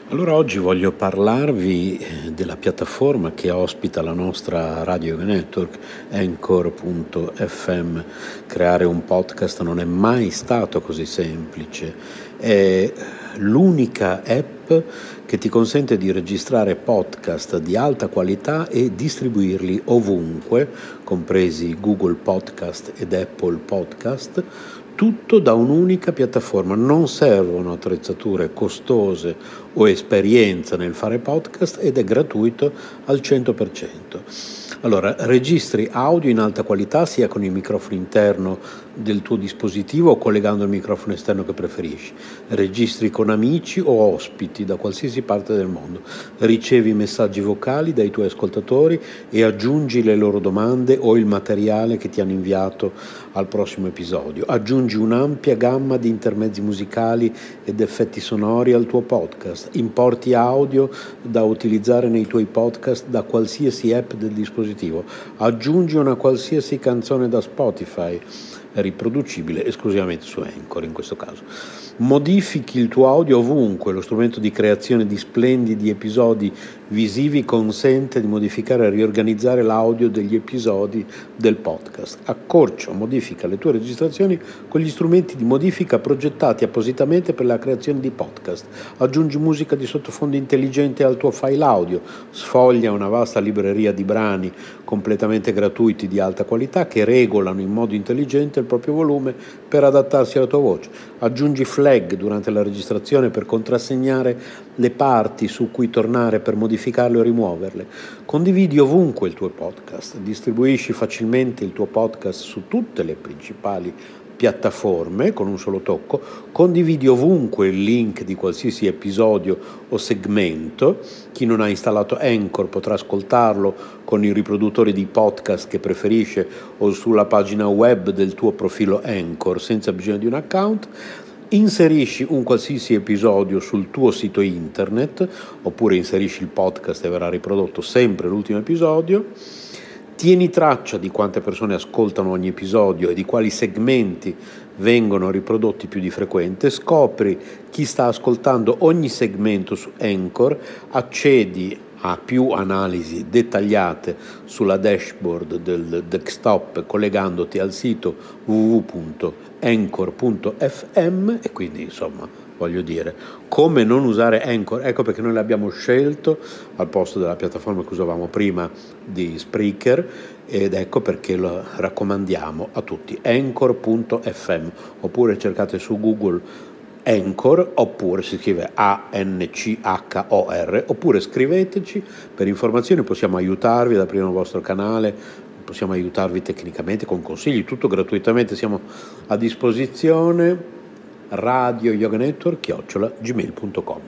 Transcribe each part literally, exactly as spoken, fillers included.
Allora oggi voglio parlarvi della piattaforma che ospita la nostra radio network, Anchor punto effe emme. Creare un podcast non è mai stato così semplice. È l'unica app che ti consente di registrare podcast di alta qualità e distribuirli ovunque, compresi Google Podcast ed Apple Podcast, tutto da un'unica piattaforma. Non servono attrezzature costose o esperienza nel fare podcast ed è gratuito al cento per cento. Allora, registri audio in alta qualità sia con il microfono interno del tuo dispositivo o collegando il microfono esterno che preferisci. Registri con amici o ospiti da qualsiasi parte del mondo. Ricevi messaggi vocali dai tuoi ascoltatori e aggiungi le loro domande o il materiale che ti hanno inviato al prossimo episodio. Aggiungi un'ampia gamma di intermezzi musicali ed effetti sonori al tuo podcast. Importi audio da utilizzare nei tuoi podcast da qualsiasi app del dispositivo. Aggiungi una qualsiasi canzone da Spotify, riproducibile esclusivamente su Anchor in questo caso. Modifichi il tuo audio ovunque. Lo strumento di creazione di splendidi episodi visivi consente di modificare e riorganizzare l'audio degli episodi del podcast. Accorcia o modifica le tue registrazioni con gli strumenti di modifica progettati appositamente per la creazione di podcast. Aggiungi musica di sottofondo intelligente al tuo file audio. Sfoglia una vasta libreria di brani completamente gratuiti di alta qualità che regolano in modo intelligente il proprio volume per adattarsi alla tua voce. Aggiungi flag durante la registrazione per contrassegnare le parti su cui tornare per modificarle o rimuoverle. Condividi ovunque il tuo podcast, distribuisci facilmente il tuo podcast su tutte le principali piattaforme con un solo tocco, condividi ovunque il link di qualsiasi episodio o segmento. Chi non ha installato Anchor potrà ascoltarlo con i riproduttori di podcast che preferisce o sulla pagina web del tuo profilo Anchor senza bisogno di un account. Inserisci un qualsiasi episodio sul tuo sito internet oppure inserisci il podcast e verrà riprodotto sempre l'ultimo episodio. Tieni traccia di quante persone ascoltano ogni episodio e di quali segmenti vengono riprodotti più di frequente. Scopri chi sta ascoltando ogni segmento su Anchor, accedi a più analisi dettagliate sulla dashboard del desktop collegandoti al sito w w w punto anchor punto effe emme e quindi insomma voglio dire come non usare Anchor. Ecco perché noi l'abbiamo scelto al posto della piattaforma che usavamo prima di Spreaker ed ecco perché lo raccomandiamo a tutti. Anchor punto effe emme oppure cercate su Google Anchor oppure si scrive A N C H O R oppure scriveteci per informazioni, possiamo aiutarvi ad aprire un vostro canale, possiamo aiutarvi tecnicamente con consigli, tutto gratuitamente, siamo a disposizione. Radio Yoga Network chiocciola gmail punto com.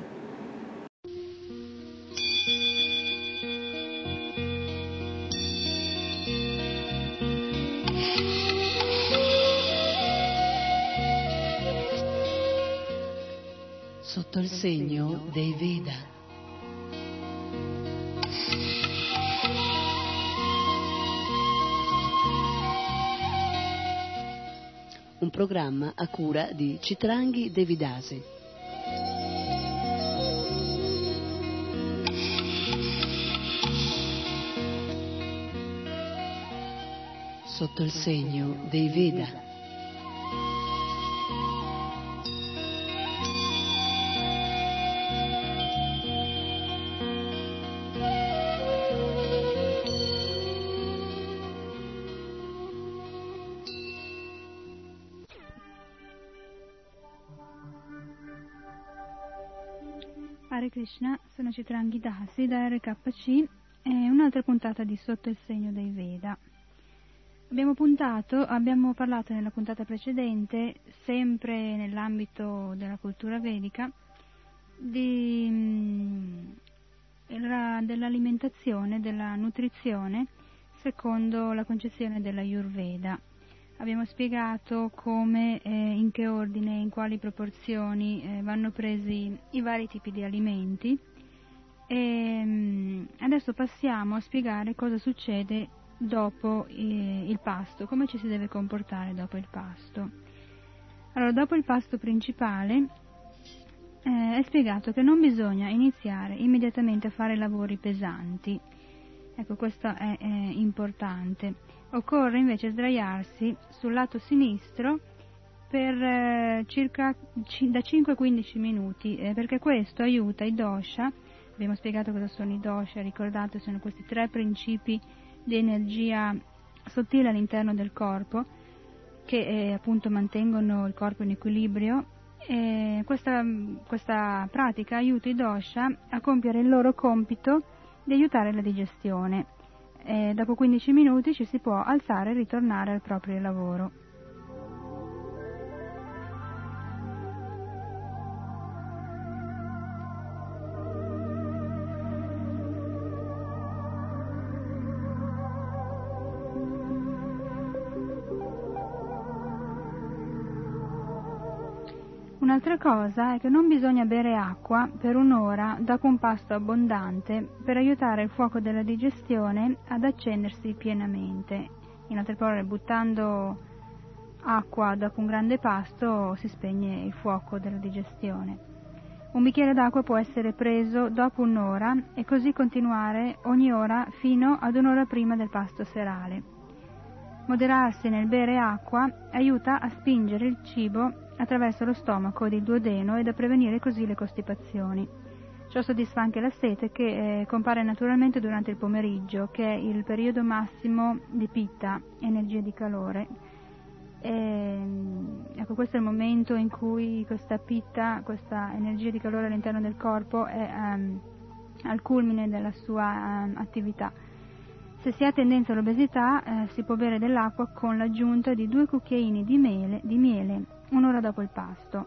Sotto il segno dei Veda. Un programma a cura di Chitrangi Devidasi. Sotto il segno dei Veda. Hare Krishna, sono Chitrangi Dasi da erre K C e un'altra puntata di Sotto il segno dei Veda. Abbiamo puntato, abbiamo parlato nella puntata precedente, sempre nell'ambito della cultura vedica, di, mh, dell'alimentazione, della nutrizione secondo la concezione della Ayurveda. Abbiamo spiegato come, eh, in che ordine, in quali proporzioni eh, vanno presi i vari tipi di alimenti e mh, adesso passiamo a spiegare cosa succede dopo eh, il pasto, come ci si deve comportare dopo il pasto. Allora, dopo il pasto principale eh, è spiegato che non bisogna iniziare immediatamente a fare lavori pesanti. Ecco, questo è, è importante. Occorre invece sdraiarsi sul lato sinistro per eh, circa c- da cinque a quindici minuti, eh, perché questo aiuta i dosha. Abbiamo spiegato cosa sono i dosha, ricordate, sono questi tre principi di energia sottile all'interno del corpo che eh, appunto mantengono il corpo in equilibrio. E questa, questa pratica aiuta i dosha a compiere il loro compito di aiutare la digestione. E dopo quindici minuti ci si può alzare e ritornare al proprio lavoro. Un'altra cosa è che non bisogna bere acqua per un'ora dopo un pasto abbondante per aiutare il fuoco della digestione ad accendersi pienamente. In altre parole, buttando acqua dopo un grande pasto si spegne il fuoco della digestione. Un bicchiere d'acqua può essere preso dopo un'ora e così continuare ogni ora fino ad un'ora prima del pasto serale. Moderarsi nel bere acqua aiuta a spingere il cibo attraverso lo stomaco ed il duodeno ed a prevenire così le costipazioni. Ciò soddisfa anche la sete che eh, compare naturalmente durante il pomeriggio, che è il periodo massimo di pitta, energia di calore. E, ecco, questo è il momento in cui questa pitta, questa energia di calore all'interno del corpo è um, al culmine della sua um, attività. Se si ha tendenza all'obesità eh, si può bere dell'acqua con l'aggiunta di due cucchiaini di miele, di miele un'ora dopo il pasto.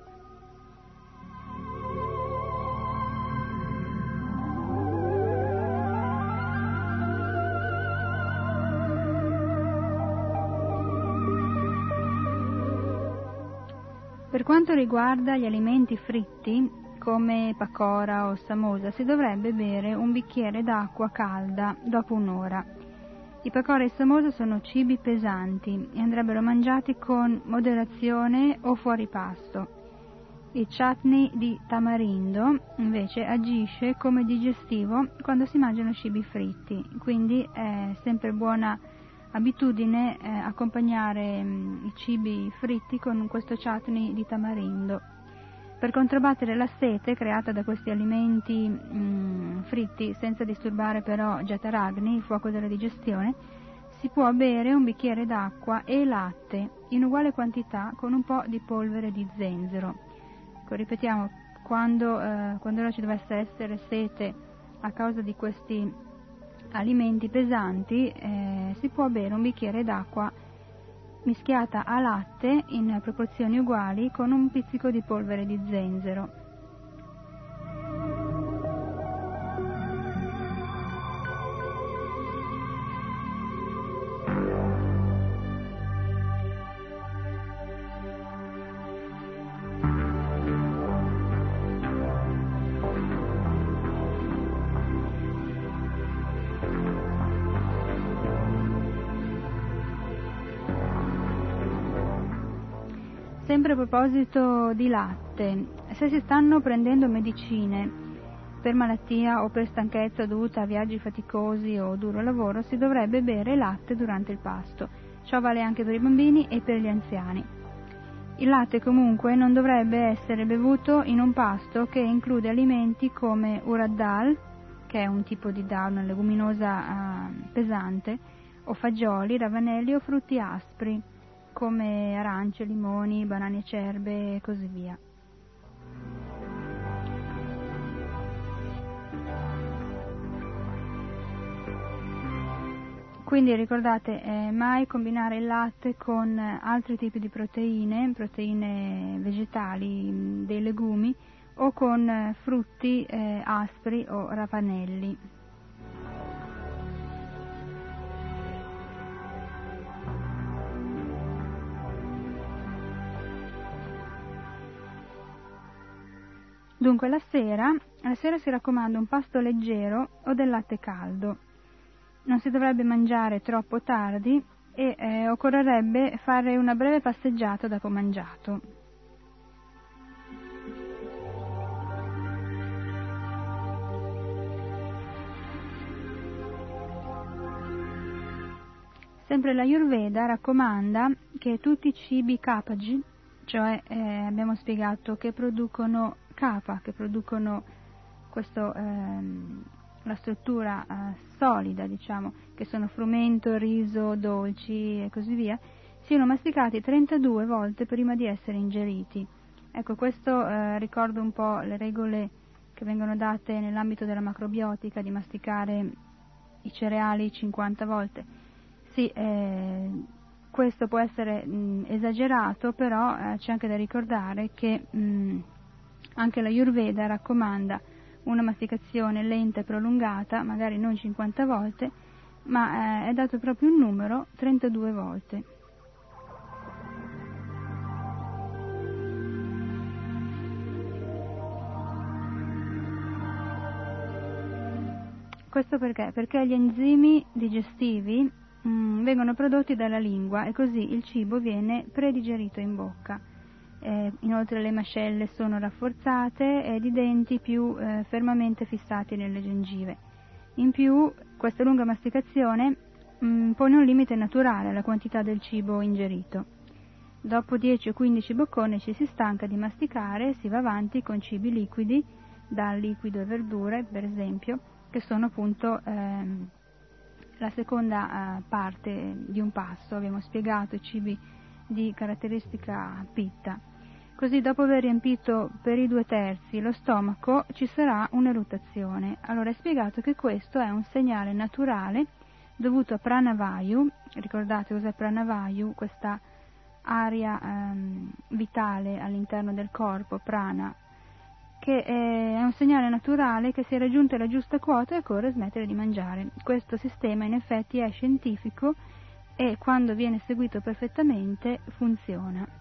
Per quanto riguarda gli alimenti fritti, come pakora o samosa, si dovrebbe bere un bicchiere d'acqua calda dopo un'ora. I pakora e samosa sono cibi pesanti e andrebbero mangiati con moderazione o fuori pasto. Il chutney di tamarindo invece agisce come digestivo quando si mangiano cibi fritti, quindi è sempre buona abitudine eh, accompagnare mh, i cibi fritti con questo chutney di tamarindo. Per controbattere la sete creata da questi alimenti mh, fritti, senza disturbare però Jataragni, il fuoco della digestione, si può bere un bicchiere d'acqua e latte in uguale quantità con un po' di polvere di zenzero. Ecco, ripetiamo, quando, eh, quando ci dovesse essere sete a causa di questi alimenti pesanti, eh, si può bere un bicchiere d'acqua mischiata a latte in proporzioni uguali con un pizzico di polvere di zenzero. Sempre a proposito di latte, se si stanno prendendo medicine per malattia o per stanchezza dovuta a viaggi faticosi o duro lavoro, si dovrebbe bere latte durante il pasto. Ciò vale anche per i bambini e per gli anziani. Il latte comunque non dovrebbe essere bevuto in un pasto che include alimenti come urad dal, che è un tipo di dal, una leguminosa uh, pesante, o fagioli, ravanelli o frutti aspri, come arance, limoni, banane acerbe e così via. Quindi ricordate, eh, mai combinare il latte con altri tipi di proteine, proteine vegetali, dei legumi, o con eh, frutti eh, aspri o ravanelli. Dunque la sera, la sera si raccomanda un pasto leggero o del latte caldo. Non si dovrebbe mangiare troppo tardi e eh, occorrerebbe fare una breve passeggiata dopo mangiato. Sempre la Ayurveda raccomanda che tutti i cibi kapha-ji, cioè eh, abbiamo spiegato che producono kapha, che producono questo, ehm, la struttura eh, solida, diciamo, che sono frumento, riso, dolci e così via, siano masticati trentadue volte prima di essere ingeriti. Ecco, questo eh, ricorda un po' le regole che vengono date nell'ambito della macrobiotica di masticare i cereali cinquanta volte. Sì, eh, questo può essere mh, esagerato, però eh, c'è anche da ricordare che mh, anche la Ayurveda raccomanda una masticazione lenta e prolungata, magari non cinquanta volte, ma eh, è dato proprio un numero, trentadue volte. Questo perché? Perché gli enzimi digestivi mh, vengono prodotti dalla lingua e così il cibo viene predigerito in bocca. Eh, inoltre le mascelle sono rafforzate ed i denti più eh, fermamente fissati nelle gengive. In più, questa lunga masticazione mh, pone un limite naturale alla quantità del cibo ingerito. Dopo dieci o quindici bocconi ci si stanca di masticare e si va avanti con cibi liquidi, dal liquido e verdure, per esempio, che sono appunto ehm, la seconda eh, parte di un pasto. Abbiamo spiegato i cibi di caratteristica pitta. Così, dopo aver riempito per i due terzi lo stomaco, ci sarà un'eruttazione. Allora è spiegato che questo è un segnale naturale dovuto a pranavayu. Ricordate cos'è pranavayu? Questa aria ehm, vitale all'interno del corpo, prana, che è un segnale naturale che si è raggiunta la giusta quota e occorre smettere di mangiare. Questo sistema in effetti è scientifico e quando viene seguito perfettamente funziona.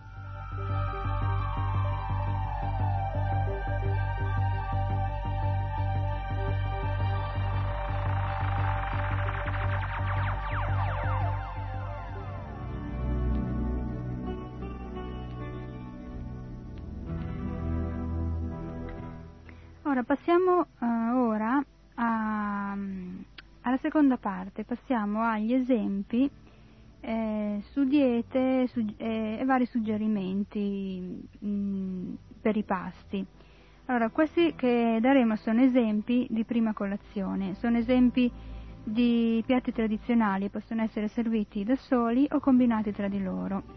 Ora passiamo uh, ora a, um, alla seconda parte, passiamo agli esempi eh, su diete su, eh, e vari suggerimenti mh, per i pasti. Allora, questi che daremo sono esempi di prima colazione, sono esempi di piatti tradizionali, possono essere serviti da soli o combinati tra di loro.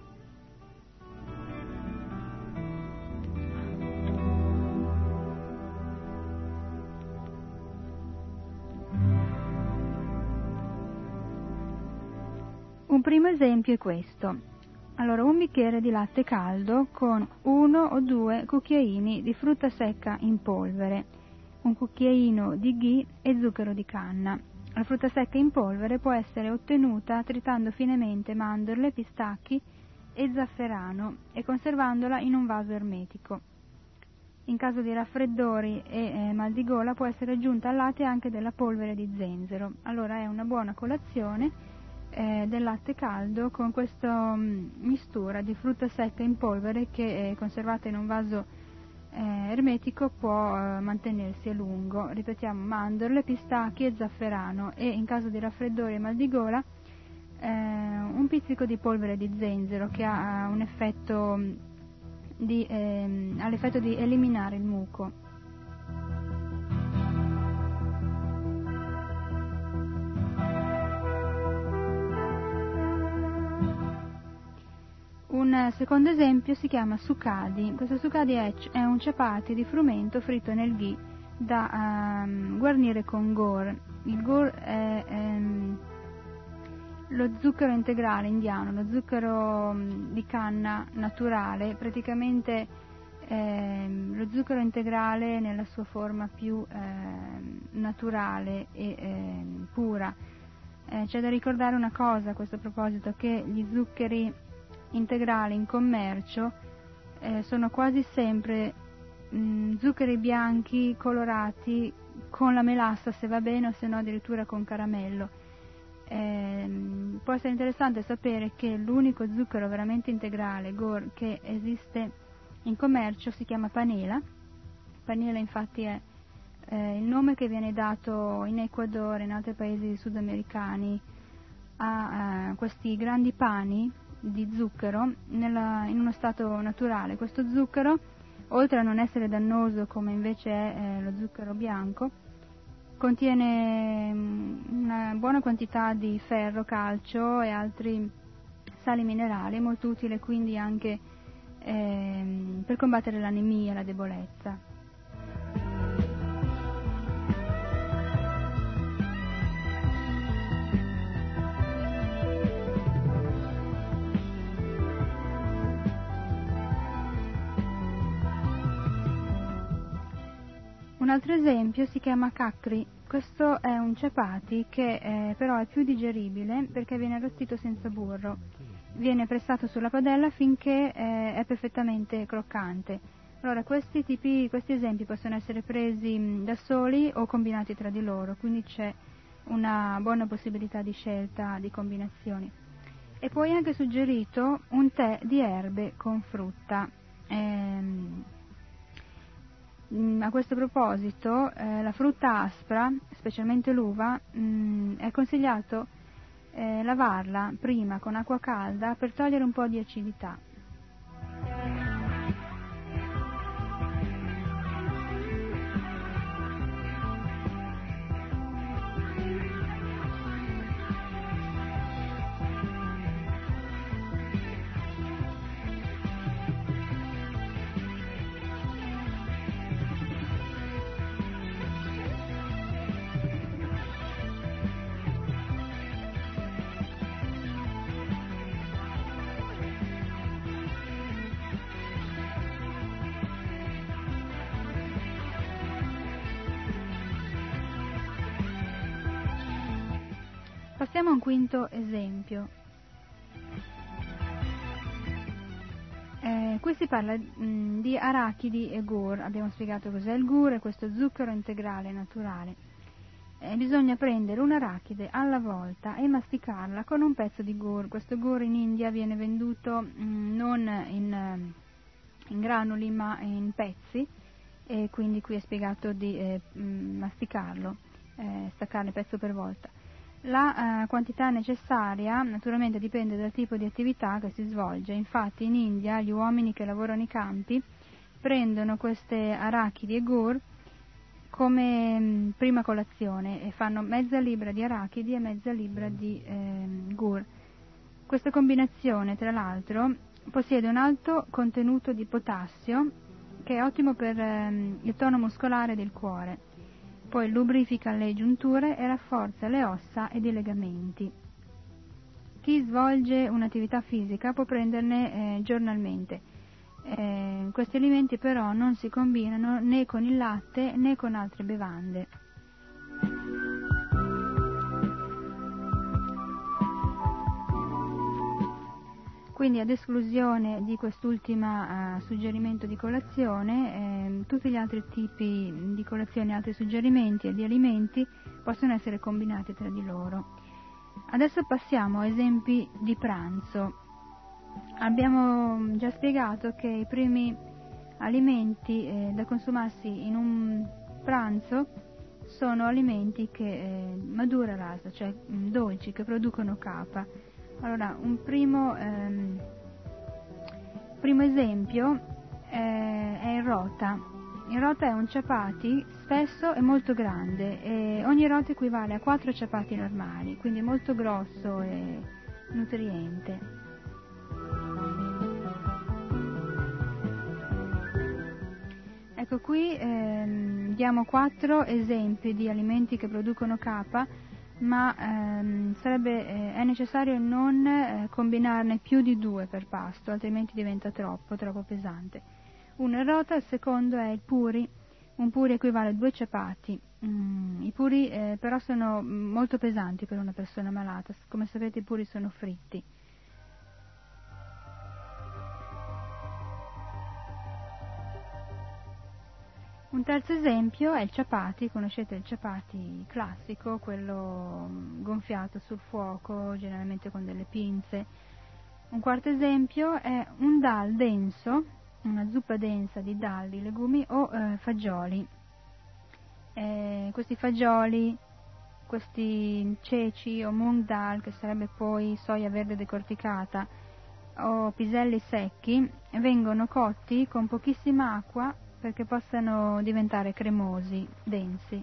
Un primo esempio è questo. Allora, un bicchiere di latte caldo con uno o due cucchiaini di frutta secca in polvere, un cucchiaino di ghee e zucchero di canna. La frutta secca in polvere può essere ottenuta tritando finemente mandorle, pistacchi e zafferano e conservandola in un vaso ermetico. In caso di raffreddori e eh, mal di gola può essere aggiunta al latte anche della polvere di zenzero. Allora è una buona colazione Eh, del latte caldo con questa mh, mistura di frutta secca in polvere che eh, conservata in un vaso eh, ermetico può eh, mantenersi a lungo. Ripetiamo, mandorle, pistacchi e zafferano e in caso di raffreddore e mal di gola eh, un pizzico di polvere di zenzero che ha un effetto di, eh, ha l'effetto di eliminare il muco. Un secondo esempio si chiama sukadi. Questo sukadi è, è un chapati di frumento fritto nel ghee da um, guarnire con gur. Il gur è um, lo zucchero integrale indiano, lo zucchero um, di canna naturale, praticamente um, lo zucchero integrale nella sua forma più um, naturale e um, pura. Eh, c'è da ricordare una cosa a questo proposito, che gli zuccheri integrali in commercio eh, sono quasi sempre mh, zuccheri bianchi colorati con la melassa, se va bene, o se no addirittura con caramello. Eh, può essere interessante sapere che l'unico zucchero veramente integrale gur che esiste in commercio si chiama panela. Panela infatti è eh, il nome che viene dato in Ecuador e in altri paesi sudamericani ha eh, questi grandi pani di zucchero nella, in uno stato naturale. Questo zucchero, oltre a non essere dannoso come invece è eh, lo zucchero bianco, contiene una buona quantità di ferro, calcio e altri sali minerali, molto utile quindi anche eh, per combattere l'anemia e la debolezza. Un altro esempio si chiama cacri. Questo è un ciapati che eh, però è più digeribile perché viene arrostito senza burro. Viene pressato sulla padella finché eh, è perfettamente croccante. Allora questi tipi, questi esempi possono essere presi mh, da soli o combinati tra di loro, quindi c'è una buona possibilità di scelta di combinazioni. E poi anche suggerito un tè di erbe con frutta. Ehm, A questo proposito, eh, la frutta aspra, specialmente l'uva, mh, è consigliato eh, lavarla prima con acqua calda per togliere un po' di acidità. Passiamo a un quinto esempio. Eh, qui si parla mh, di arachidi e gur. Abbiamo spiegato cos'è il gur, è questo zucchero integrale naturale. Eh, bisogna prendere un'arachide alla volta e masticarla con un pezzo di gur. Questo gur in India viene venduto mh, non in, in granuli ma in pezzi, e quindi qui è spiegato di eh, mh, masticarlo, eh, staccarne pezzo per volta. La eh, quantità necessaria naturalmente dipende dal tipo di attività che si svolge. Infatti in India gli uomini che lavorano i campi prendono queste arachidi e gur come mh, prima colazione e fanno mezza libbra di arachidi e mezza libbra di eh, gur. Questa combinazione, tra l'altro, possiede un alto contenuto di potassio che è ottimo per eh, il tono muscolare del cuore. Poi lubrifica le giunture e rafforza le ossa ed i legamenti. Chi svolge un'attività fisica può prenderne eh, giornalmente. Eh, questi alimenti però non si combinano né con il latte né con altre bevande. Quindi ad esclusione di quest'ultima uh, suggerimento di colazione, eh, tutti gli altri tipi di colazione, altri suggerimenti e di alimenti possono essere combinati tra di loro. Adesso passiamo a esempi di pranzo. Abbiamo già spiegato che i primi alimenti eh, da consumarsi in un pranzo sono alimenti che eh, madura rasa, cioè mh, dolci, che producono capa. Allora, un primo, ehm, primo esempio eh, è il rota. Il rota è un ciapati spesso e molto grande e ogni rota equivale a quattro ciapati normali, quindi molto grosso e nutriente. Ecco qui ehm, diamo quattro esempi di alimenti che producono capa, ma ehm, sarebbe, eh, è necessario non eh, combinarne più di due per pasto, altrimenti diventa troppo, troppo pesante. Uno è il rota, il secondo è il puri. Un puri equivale a due ciapati. Mm, I puri eh, però sono molto pesanti per una persona malata, come sapete i puri sono fritti. Un terzo esempio è il ciapati. Conoscete il ciapati classico, quello gonfiato sul fuoco, generalmente con delle pinze. Un quarto esempio è un dal denso, una zuppa densa di dalli, legumi o eh, fagioli. Eh, questi fagioli questi ceci o mung dal, che sarebbe poi soia verde decorticata, o piselli secchi, vengono cotti con pochissima acqua perché possano diventare cremosi, densi.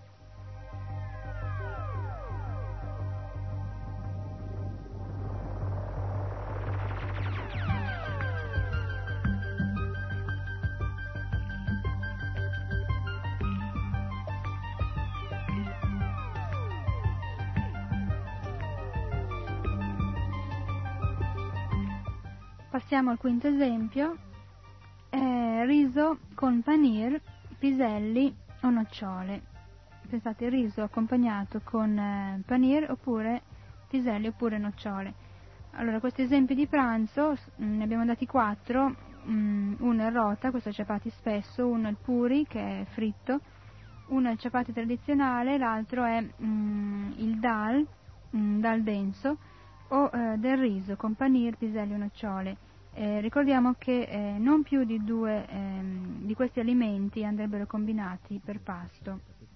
Passiamo al quinto esempio, eh, riso con panir, piselli o nocciole. Pensate, riso accompagnato con eh, panir oppure piselli oppure nocciole. Allora, questi esempi di pranzo, mh, ne abbiamo dati quattro, mh, uno è il rota, questo è chapati spesso, uno è il puri, che è fritto, uno è il chapati tradizionale, l'altro è mh, il dal, mh, dal denso, o eh, del riso con panir, piselli o nocciole. Eh, ricordiamo che eh, non più di due ehm, di questi alimenti andrebbero combinati per pasto.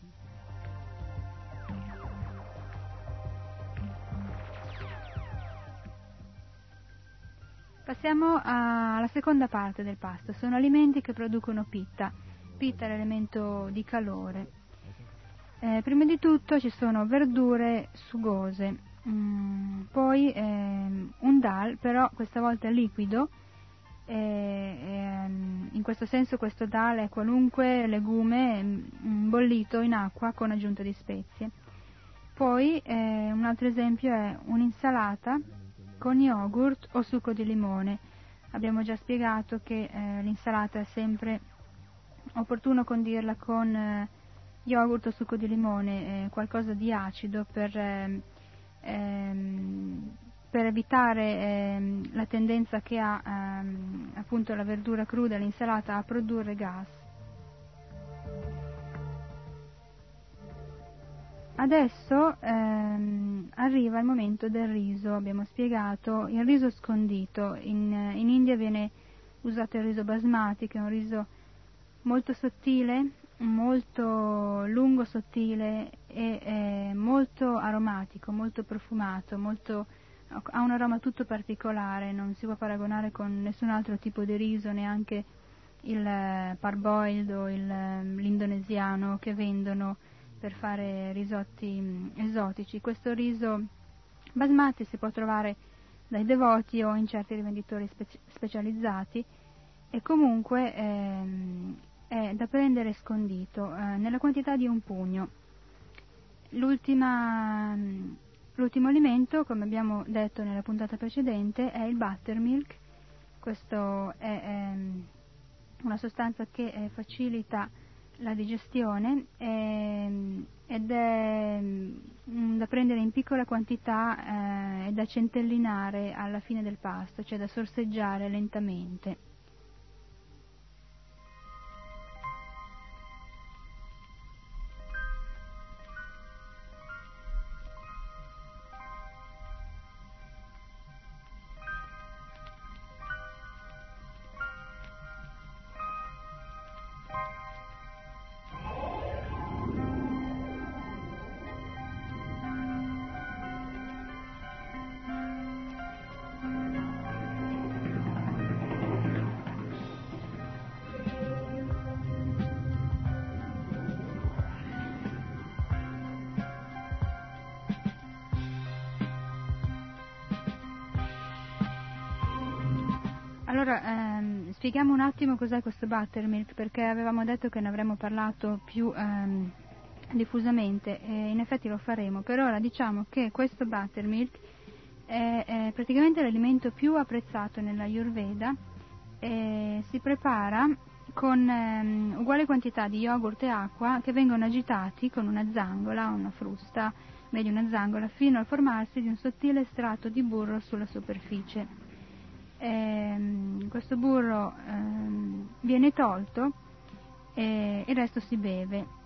Passiamo alla seconda parte del pasto. Sono alimenti che producono pitta. Pitta è l'elemento di calore. Eh, prima di tutto ci sono verdure sugose. Mm, poi ehm, un dal, però questa volta liquido, e, ehm, in questo senso questo dal è qualunque legume mm, bollito in acqua con aggiunta di spezie. Poi eh, un altro esempio è un'insalata con yogurt o succo di limone. Abbiamo già spiegato che eh, l'insalata è sempre opportuno condirla con eh, yogurt o succo di limone, eh, qualcosa di acido per eh, Ehm, per evitare ehm, la tendenza che ha ehm, appunto la verdura cruda, l'insalata, a produrre gas. Adesso ehm, arriva il momento del riso. Abbiamo spiegato il riso scondito. In, in India viene usato il riso basmati, che è un riso molto sottile, molto lungo, sottile e eh, molto aromatico, molto profumato, molto, ha un aroma tutto particolare, non si può paragonare con nessun altro tipo di riso, neanche il parboiled o il, l'indonesiano che vendono per fare risotti esotici. Questo riso basmati si può trovare dai devoti o in certi rivenditori speci- specializzati e comunque ehm, è da prendere scondito, eh, nella quantità di un pugno. L'ultima, l'ultimo alimento, come abbiamo detto nella puntata precedente, è il buttermilk. Questo è ehm, una sostanza che eh, facilita la digestione ehm, ed è mh, da prendere in piccola quantità eh, e da centellinare alla fine del pasto, cioè da sorseggiare lentamente. Allora, ehm, spieghiamo un attimo cos'è questo buttermilk, perché avevamo detto che ne avremmo parlato più ehm, diffusamente e in effetti lo faremo. Per ora diciamo che questo buttermilk è, è praticamente l'alimento più apprezzato nella Ayurveda e si prepara con ehm, uguale quantità di yogurt e acqua che vengono agitati con una zangola, una frusta, meglio una zangola, fino al formarsi di un sottile strato di burro sulla superficie. Ehm, questo burro ehm, viene tolto e il resto si beve.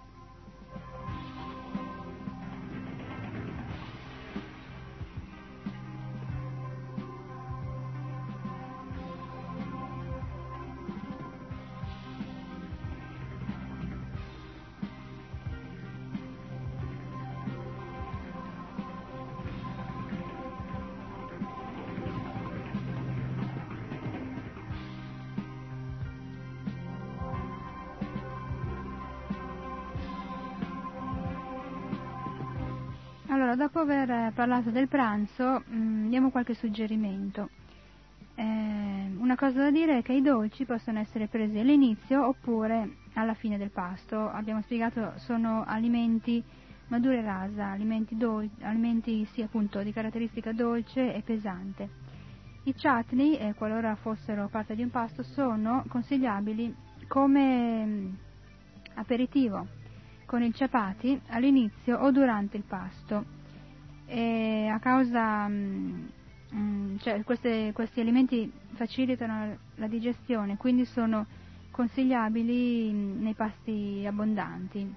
Allora, dopo aver parlato del pranzo, mh, diamo qualche suggerimento. Eh, una cosa da dire è che i dolci possono essere presi all'inizio oppure alla fine del pasto. Abbiamo spiegato, sono alimenti madura e rasa, alimenti, dol- alimenti sì, appunto, di caratteristica dolce e pesante. I chutney, eh, qualora fossero parte di un pasto, sono consigliabili come mh, aperitivo con il chapati all'inizio o durante il pasto. E a causa mh, mh, cioè queste, questi alimenti facilitano la digestione, quindi sono consigliabili mh, nei pasti abbondanti.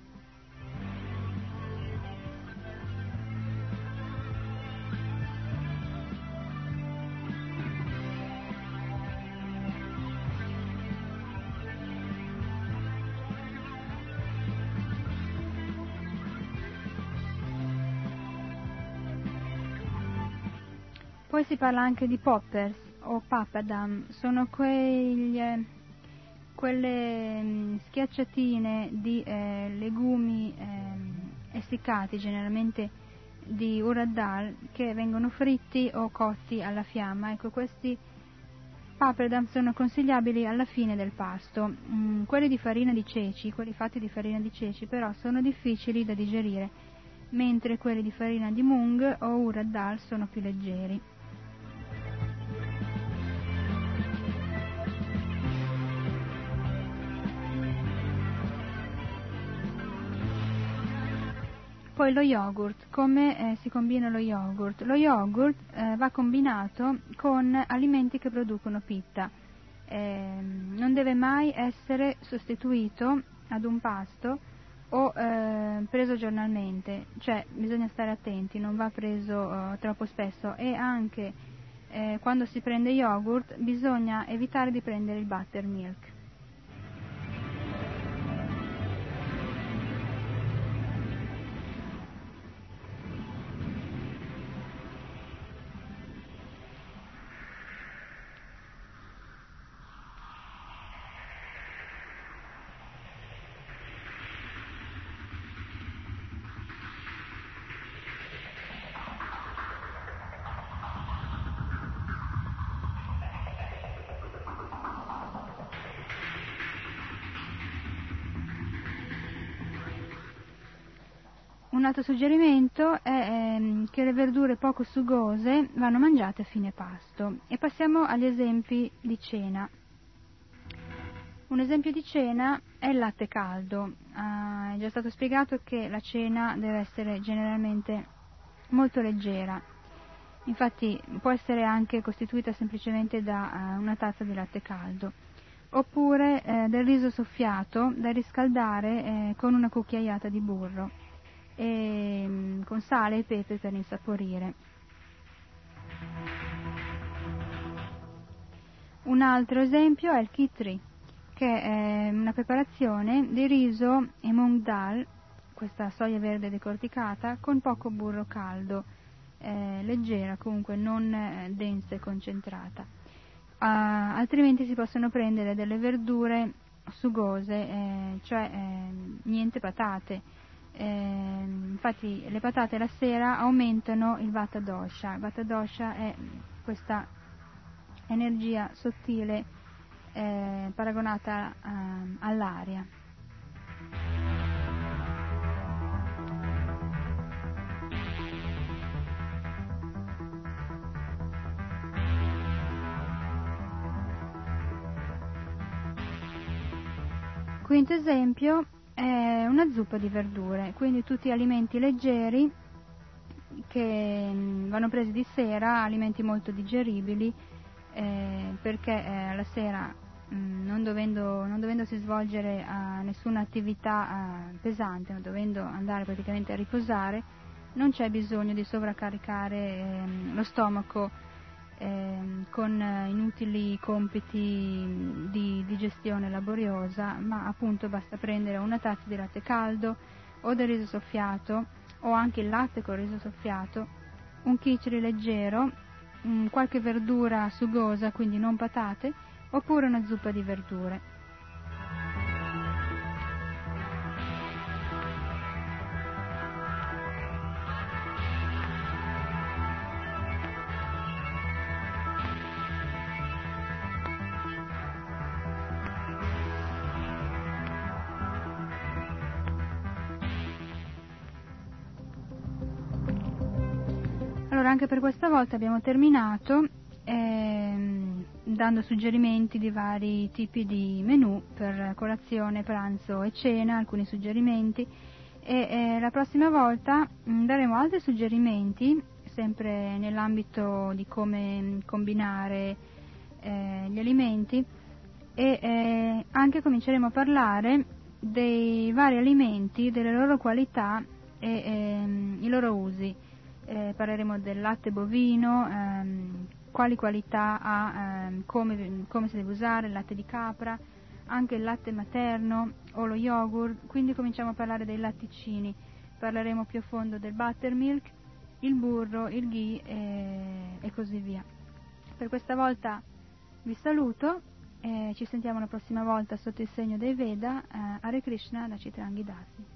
Poi si parla anche di poppers o papadam, sono quegli, eh, quelle mh, schiacciatine di eh, legumi eh, essiccati, generalmente di urad dal, che vengono fritti o cotti alla fiamma. Ecco, questi papadam sono consigliabili alla fine del pasto. Mm, quelli di farina di ceci, quelli fatti di farina di ceci, però sono difficili da digerire, mentre quelli di farina di mung o urad dal sono più leggeri. Poi lo yogurt, come eh, si combina lo yogurt? Lo yogurt eh, va combinato con alimenti che producono pitta, eh, non deve mai essere sostituito ad un pasto o eh, preso giornalmente, cioè bisogna stare attenti, non va preso eh, troppo spesso, e anche eh, quando si prende yogurt bisogna evitare di prendere il buttermilk. Un altro suggerimento è ehm, che le verdure poco sugose vanno mangiate a fine pasto. E passiamo agli esempi di cena. Un esempio di cena è il latte caldo. Ah, è già stato spiegato che la cena deve essere generalmente molto leggera. Infatti può essere anche costituita semplicemente da uh, una tazza di latte caldo, oppure eh, del riso soffiato da riscaldare eh, con una cucchiaiata di burro, e, con sale e pepe per insaporire. Un altro esempio è il khichdi, che è una preparazione di riso e mung dal, questa soia verde decorticata, con poco burro caldo, eh, leggera, comunque non eh, densa e concentrata. Uh, altrimenti si possono prendere delle verdure sugose, eh, cioè eh, niente patate. Eh, infatti le patate la sera aumentano il vata dosha. Il vata dosha è questa energia sottile eh, paragonata uh, all'aria. Quinto esempio è una zuppa di verdure, quindi tutti alimenti leggeri che vanno presi di sera, alimenti molto digeribili, eh, perché eh, alla sera mh, non, dovendo, non dovendosi svolgere uh, nessuna attività uh, pesante, non dovendo andare praticamente a riposare, non c'è bisogno di sovraccaricare eh, lo stomaco Eh, con eh, inutili compiti di digestione laboriosa, ma appunto basta prendere una tazza di latte caldo o del riso soffiato, o anche il latte con riso soffiato, un khichdi leggero, mh, qualche verdura sugosa, quindi non patate, oppure una zuppa di verdure. allora anche per questa volta abbiamo terminato ehm, dando suggerimenti di vari tipi di menù per colazione, pranzo e cena, alcuni suggerimenti, e eh, la prossima volta mh, daremo altri suggerimenti sempre nell'ambito di come combinare eh, gli alimenti, e eh, anche cominceremo a parlare dei vari alimenti, delle loro qualità e ehm, i loro usi. Eh, parleremo del latte bovino, ehm, quali qualità ha, ehm, come, come si deve usare, il latte di capra, anche il latte materno o lo yogurt, quindi cominciamo a parlare dei latticini. Parleremo più a fondo del buttermilk, il burro, il ghee e, e così via. Per questa volta vi saluto e ci sentiamo la prossima volta sotto il segno dei Veda. eh, Hare Krishna da Chitrangi Dasi.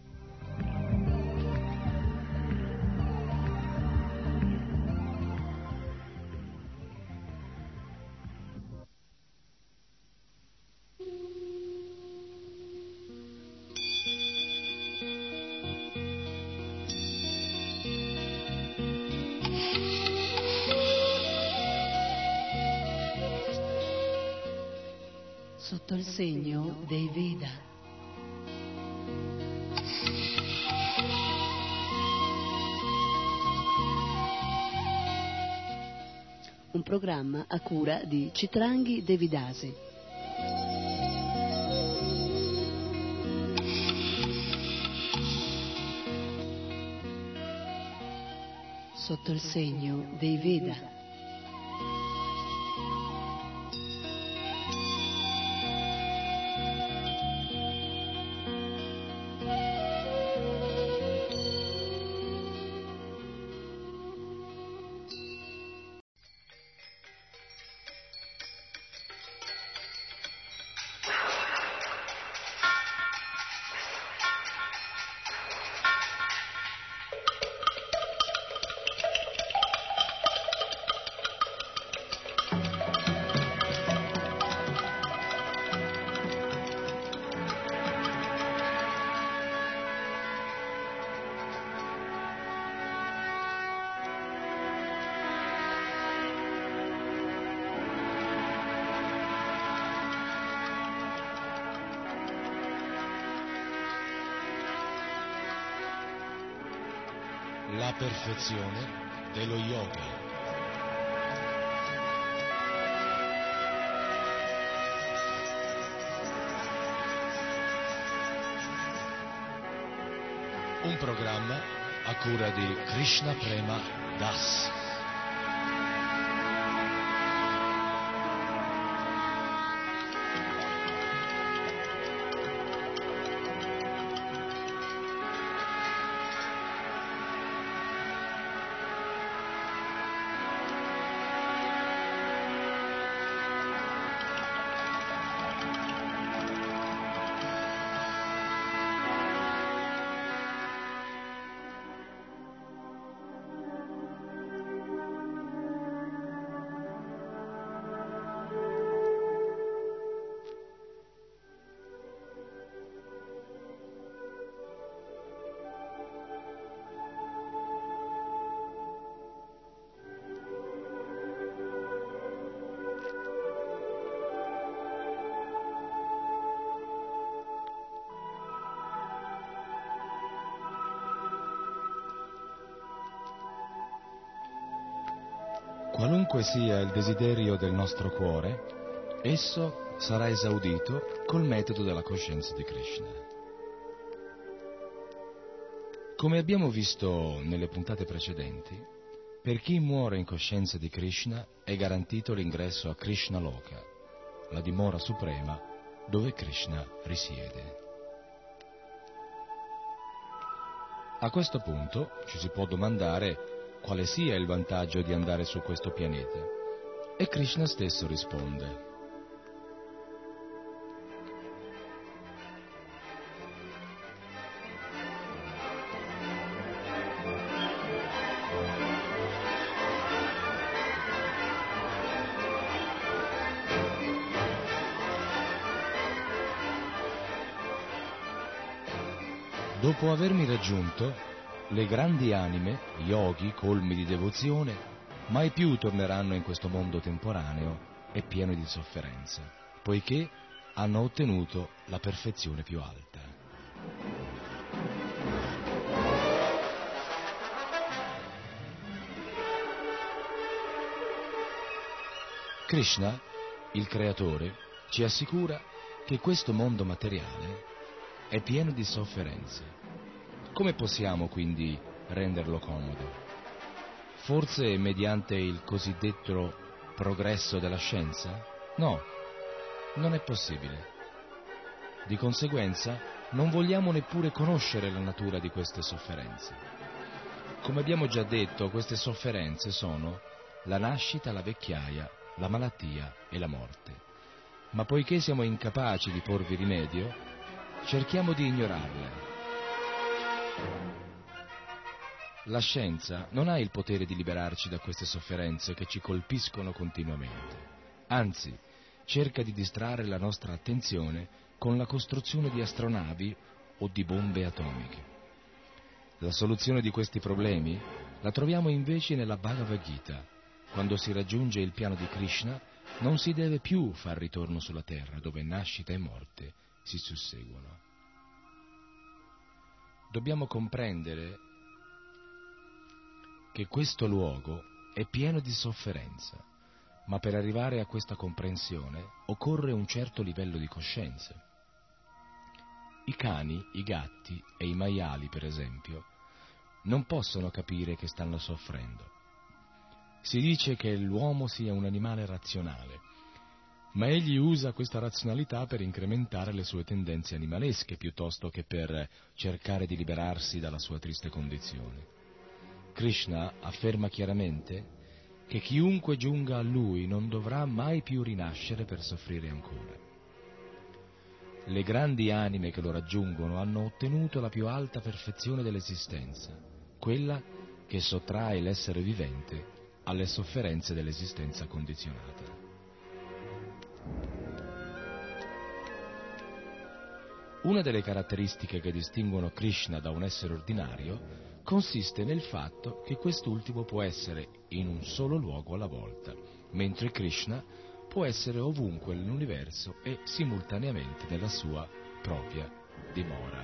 Sotto il segno dei Veda. Un programma a cura di Chitrangi Devidasi. Sotto il segno dei Veda. La perfezione dello yoga. Un programma a cura di Krishna Prema Das. Qualunque sia il desiderio del nostro cuore, esso sarà esaudito col metodo della coscienza di Krishna. Come abbiamo visto nelle puntate precedenti, per chi muore in coscienza di Krishna è garantito l'ingresso a Krishna Loka, la dimora suprema dove Krishna risiede. A questo punto ci si può domandare quale sia il vantaggio di andare su questo pianeta, e Krishna stesso risponde: dopo avermi raggiunto, Le grandi anime, yogi colmi di devozione, mai più torneranno in questo mondo temporaneo e pieno di sofferenza, poiché hanno ottenuto la perfezione più alta. Krishna, il creatore, ci assicura che questo mondo materiale è pieno di sofferenze. Come possiamo quindi renderlo comodo? Forse mediante il cosiddetto progresso della scienza? No, non è possibile. Di conseguenza non vogliamo neppure conoscere la natura di queste sofferenze. Come abbiamo già detto, queste sofferenze sono la nascita, la vecchiaia, la malattia e la morte. Ma poiché siamo incapaci di porvi rimedio, cerchiamo di ignorarle. La scienza non ha il potere di liberarci da queste sofferenze che ci colpiscono continuamente. Anzi, cerca di distrarre la nostra attenzione con la costruzione di astronavi o di bombe atomiche. La soluzione di questi problemi la troviamo invece nella Bhagavad Gita. Quando si raggiunge il piano di Krishna, non si deve più far ritorno sulla terra, dove nascita e morte si susseguono. Dobbiamo comprendere che questo luogo è pieno di sofferenza, ma per arrivare a questa comprensione occorre un certo livello di coscienza. I cani, i gatti e i maiali, per esempio, non possono capire che stanno soffrendo. Si dice che l'uomo sia un animale razionale, ma egli usa questa razionalità per incrementare le sue tendenze animalesche piuttosto che per cercare di liberarsi dalla sua triste condizione. Krishna afferma chiaramente che chiunque giunga a lui non dovrà mai più rinascere per soffrire ancora. Le grandi anime che lo raggiungono hanno ottenuto la più alta perfezione dell'esistenza, quella che sottrae l'essere vivente alle sofferenze dell'esistenza condizionata. Una delle caratteristiche che distinguono Krishna da un essere ordinario consiste nel fatto che quest'ultimo può essere in un solo luogo alla volta, mentre Krishna può essere ovunque nell'universo e simultaneamente nella sua propria dimora.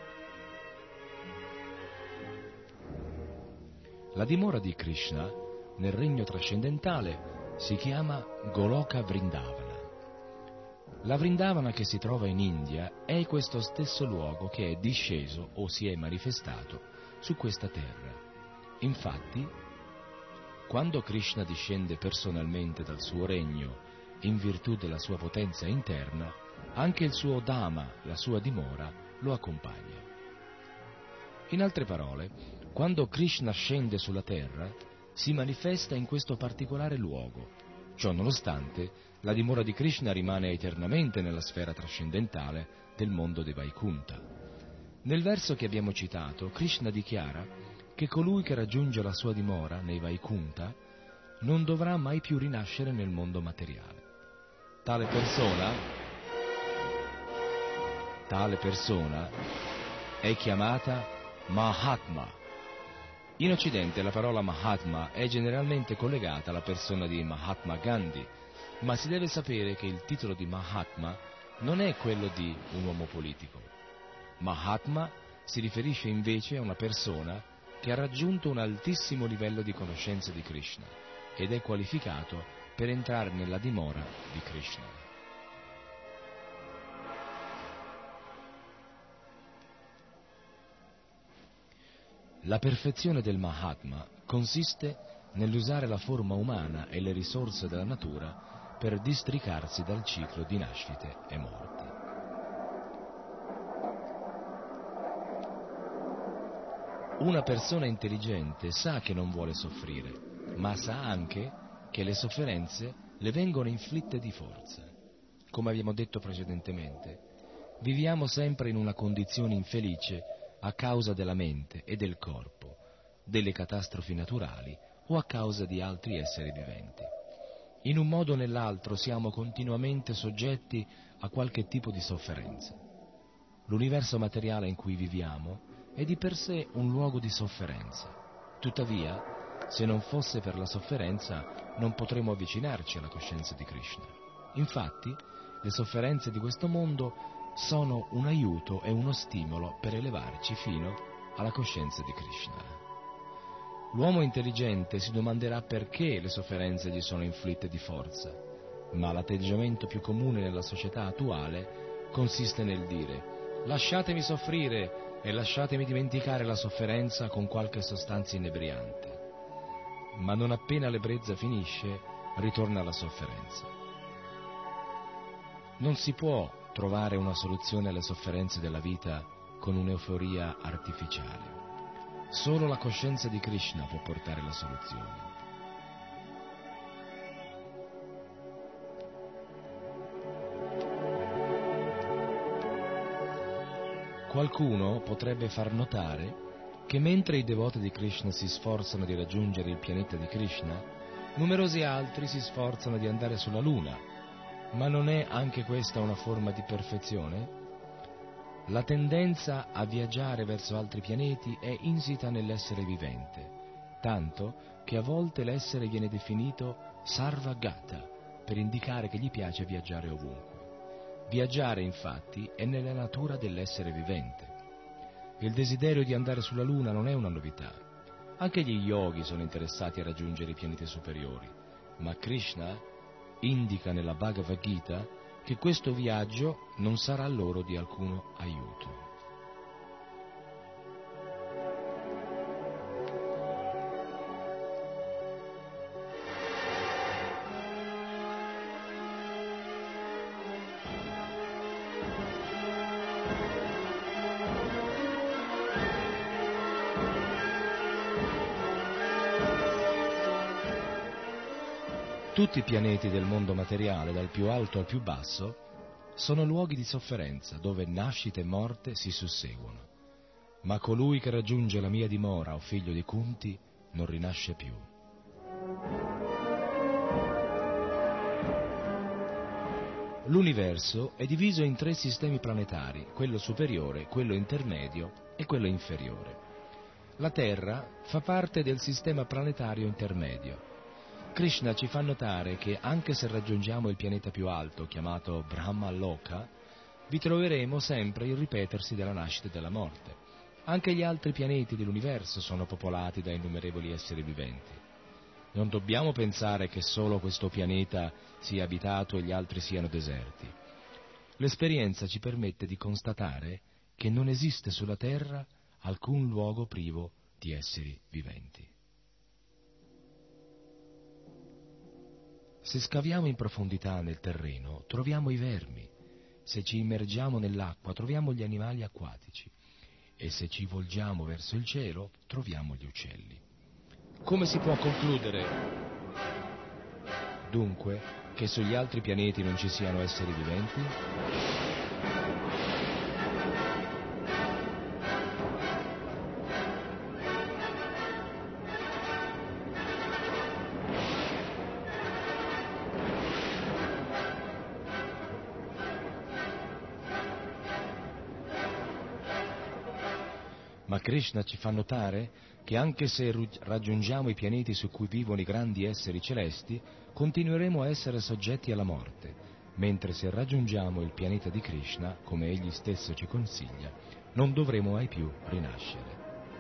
La dimora di Krishna nel regno trascendentale si chiama Goloka Vrindavana. La Vrindavana che si trova in India è questo stesso luogo che è disceso o si è manifestato su questa terra. Infatti, quando Krishna discende personalmente dal suo regno in virtù della sua potenza interna, anche il suo Dhamma, la sua dimora, lo accompagna. In altre parole, quando Krishna scende sulla terra, si manifesta in questo particolare luogo. Ciò nonostante, la dimora di Krishna rimane eternamente nella sfera trascendentale del mondo dei Vaikuntha. Nel verso che abbiamo citato, Krishna dichiara che colui che raggiunge la sua dimora nei Vaikuntha non dovrà mai più rinascere nel mondo materiale. Tale persona, tale persona è chiamata Mahatma. In Occidente la parola Mahatma è generalmente collegata alla persona di Mahatma Gandhi, ma si deve sapere che il titolo di Mahatma non è quello di un uomo politico. Mahatma si riferisce invece a una persona che ha raggiunto un altissimo livello di conoscenza di Krishna ed è qualificato per entrare nella dimora di Krishna. La perfezione del Mahatma consiste nell'usare la forma umana e le risorse della natura per districarsi dal ciclo di nascite e morti. Una persona intelligente sa che non vuole soffrire, ma sa anche che le sofferenze le vengono inflitte di forza. Come abbiamo detto precedentemente, viviamo sempre in una condizione infelice a causa della mente e del corpo, delle catastrofi naturali o a causa di altri esseri viventi. In un modo o nell'altro siamo continuamente soggetti a qualche tipo di sofferenza. L'universo materiale in cui viviamo è di per sé un luogo di sofferenza. Tuttavia, se non fosse per la sofferenza, non potremmo avvicinarci alla coscienza di Krishna. Infatti, le sofferenze di questo mondo sono un aiuto e uno stimolo per elevarci fino alla coscienza di Krishna. L'uomo intelligente si domanderà perché le sofferenze gli sono inflitte di forza, ma l'atteggiamento più comune nella società attuale consiste nel dire: lasciatemi soffrire e lasciatemi dimenticare la sofferenza con qualche sostanza inebriante. Ma non appena l'ebbrezza finisce, ritorna la sofferenza. Non si può trovare una soluzione alle sofferenze della vita con un'euforia artificiale. Solo la coscienza di Krishna può portare la soluzione. Qualcuno potrebbe far notare che mentre i devoti di Krishna si sforzano di raggiungere il pianeta di Krishna, numerosi altri si sforzano di andare sulla Luna. Ma non è anche questa una forma di perfezione? La tendenza a viaggiare verso altri pianeti è insita nell'essere vivente, tanto che a volte l'essere viene definito sarvagata, per indicare che gli piace viaggiare ovunque. Viaggiare, infatti, è nella natura dell'essere vivente. Il desiderio di andare sulla Luna non è una novità. Anche gli yogi sono interessati a raggiungere i pianeti superiori, ma Krishna indica nella Bhagavad Gita che questo viaggio non sarà loro di alcun aiuto. Tutti i pianeti del mondo materiale, dal più alto al più basso, sono luoghi di sofferenza dove nascite e morte si susseguono. Ma colui che raggiunge la mia dimora, o figlio di Kunti, non rinasce più. L'universo è diviso in tre sistemi planetari, quello superiore, quello intermedio e quello inferiore. La Terra fa parte del sistema planetario intermedio. Krishna ci fa notare che anche se raggiungiamo il pianeta più alto, chiamato Brahma Loka, vi troveremo sempre il ripetersi della nascita e della morte. Anche gli altri pianeti dell'universo sono popolati da innumerevoli esseri viventi. Non dobbiamo pensare che solo questo pianeta sia abitato e gli altri siano deserti. L'esperienza ci permette di constatare che non esiste sulla Terra alcun luogo privo di esseri viventi. Se scaviamo in profondità nel terreno, troviamo i vermi. Se ci immergiamo nell'acqua, troviamo gli animali acquatici. E se ci volgiamo verso il cielo, troviamo gli uccelli. Come si può concludere, dunque, che sugli altri pianeti non ci siano esseri viventi? Ma Krishna ci fa notare che anche se raggiungiamo i pianeti su cui vivono i grandi esseri celesti, continueremo a essere soggetti alla morte, mentre se raggiungiamo il pianeta di Krishna, come egli stesso ci consiglia, non dovremo mai più rinascere.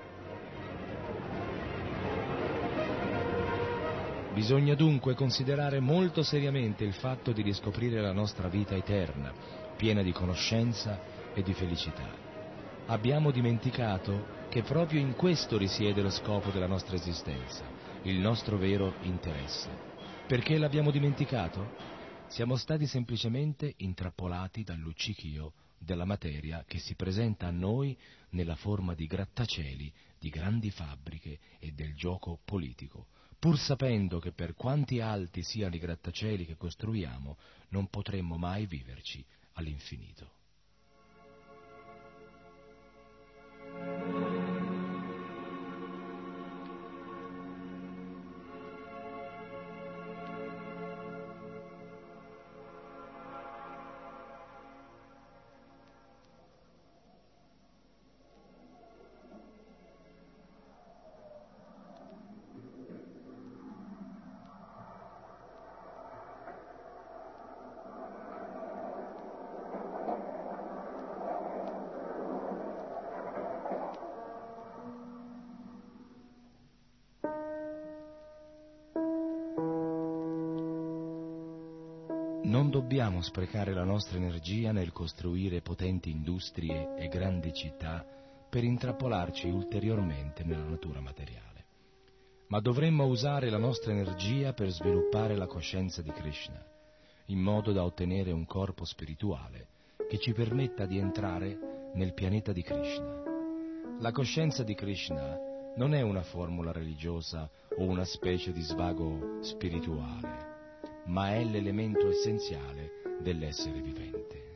Bisogna dunque considerare molto seriamente il fatto di riscoprire la nostra vita eterna, piena di conoscenza e di felicità. Abbiamo dimenticato che proprio in questo risiede lo scopo della nostra esistenza, il nostro vero interesse. Perché l'abbiamo dimenticato? Siamo stati semplicemente intrappolati dal luccichio della materia che si presenta a noi nella forma di grattacieli, di grandi fabbriche e del gioco politico, pur sapendo che per quanti alti siano i grattacieli che costruiamo, non potremmo mai viverci all'infinito. non dobbiamo sprecare la nostra energia nel costruire potenti industrie e grandi città per intrappolarci ulteriormente nella natura materiale, ma dovremmo usare la nostra energia per sviluppare la coscienza di Krishna, in modo da ottenere un corpo spirituale che ci permetta di entrare nel pianeta di Krishna. La coscienza di Krishna non è una formula religiosa o una specie di svago spirituale, ma è l'elemento essenziale dell'essere vivente.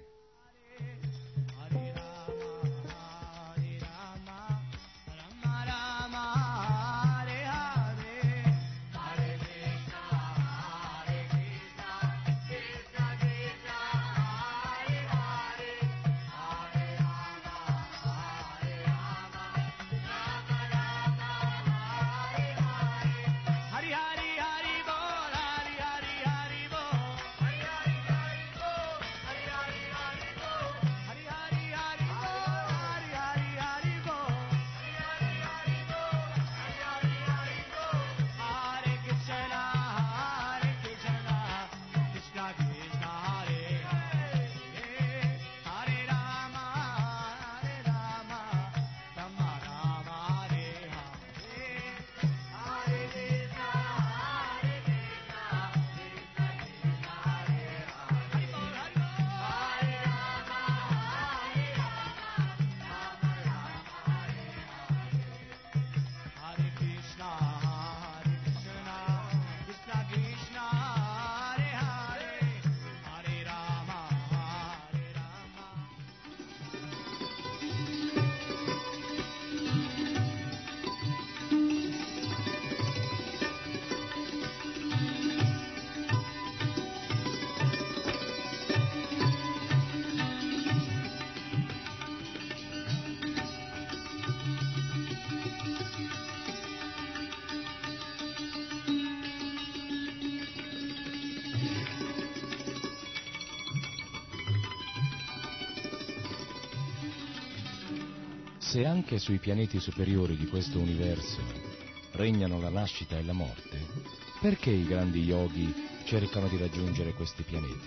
Se anche sui pianeti superiori di questo universo regnano la nascita e la morte, perché i grandi yogi cercano di raggiungere questi pianeti?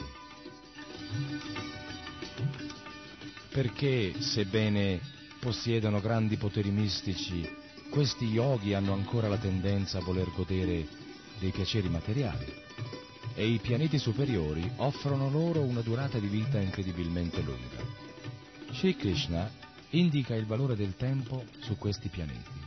Perché, sebbene possiedano grandi poteri mistici, questi yogi hanno ancora la tendenza a voler godere dei piaceri materiali, e i pianeti superiori offrono loro una durata di vita incredibilmente lunga. Shri Krishna indica il valore del tempo su questi pianeti.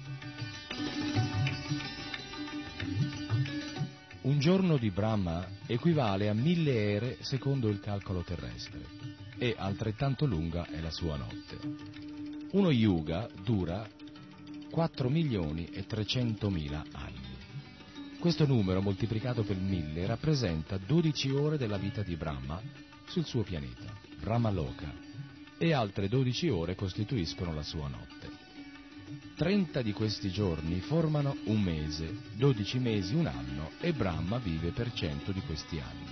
Un giorno di Brahma equivale a mille ere secondo il calcolo terrestre, e altrettanto lunga è la sua notte. Uno yuga dura quattro milioni e trecentomila anni. Questo numero moltiplicato per mille rappresenta dodici ore della vita di Brahma sul suo pianeta, Brahmaloka, e altre dodici ore costituiscono la sua notte. trenta di questi giorni formano un mese, dodici mesi un anno, e Brahma vive per cento di questi anni.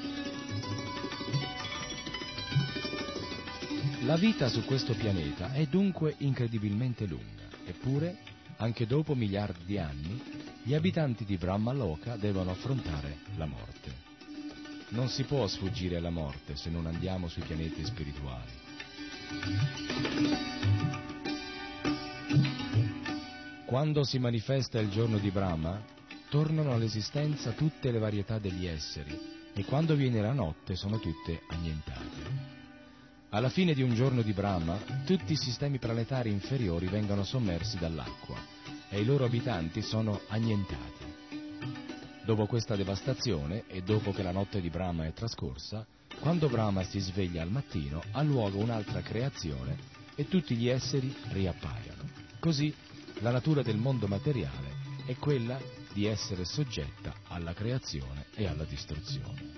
La vita su questo pianeta è dunque incredibilmente lunga, eppure, anche dopo miliardi di anni, gli abitanti di Brahmaloka devono affrontare la morte. Non si può sfuggire alla morte se non andiamo sui pianeti spirituali. Quando si manifesta il giorno di Brahma, tornano all'esistenza tutte le varietà degli esseri, e quando viene la notte sono tutte annientate. Alla fine di un giorno di Brahma, tutti i sistemi planetari inferiori vengono sommersi dall'acqua, e i loro abitanti sono annientati. Dopo questa devastazione, e dopo che la notte di Brahma è trascorsa, quando Brahma si sveglia al mattino, ha luogo un'altra creazione e tutti gli esseri riappaiono. Così la natura del mondo materiale è quella di essere soggetta alla creazione e alla distruzione.